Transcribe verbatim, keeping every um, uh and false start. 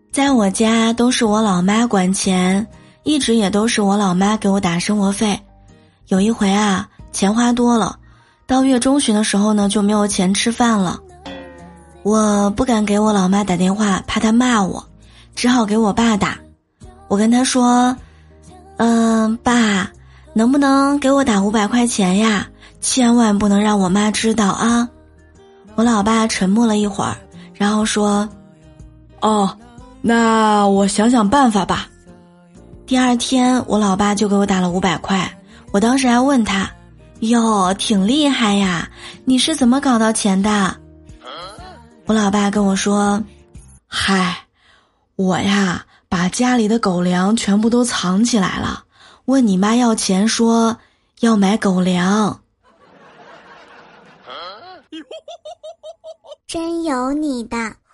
在我家都是我老妈管钱，一直也都是我老妈给我打生活费。有一回啊，钱花多了，到月中旬的时候呢，就没有钱吃饭了。我不敢给我老妈打电话，怕她骂我，只好给我爸打。我跟他说，嗯、呃，爸，能不能给我打五百块钱呀？千万不能让我妈知道啊。我老爸沉默了一会儿，然后说，哦，那我想想办法吧。第二天我老爸就给我打了五百块，我当时还问他，哟，挺厉害呀，你是怎么搞到钱的？我老爸跟我说，嗨，我呀把家里的狗粮全部都藏起来了，问你妈要钱，说要买狗粮。 真有你的。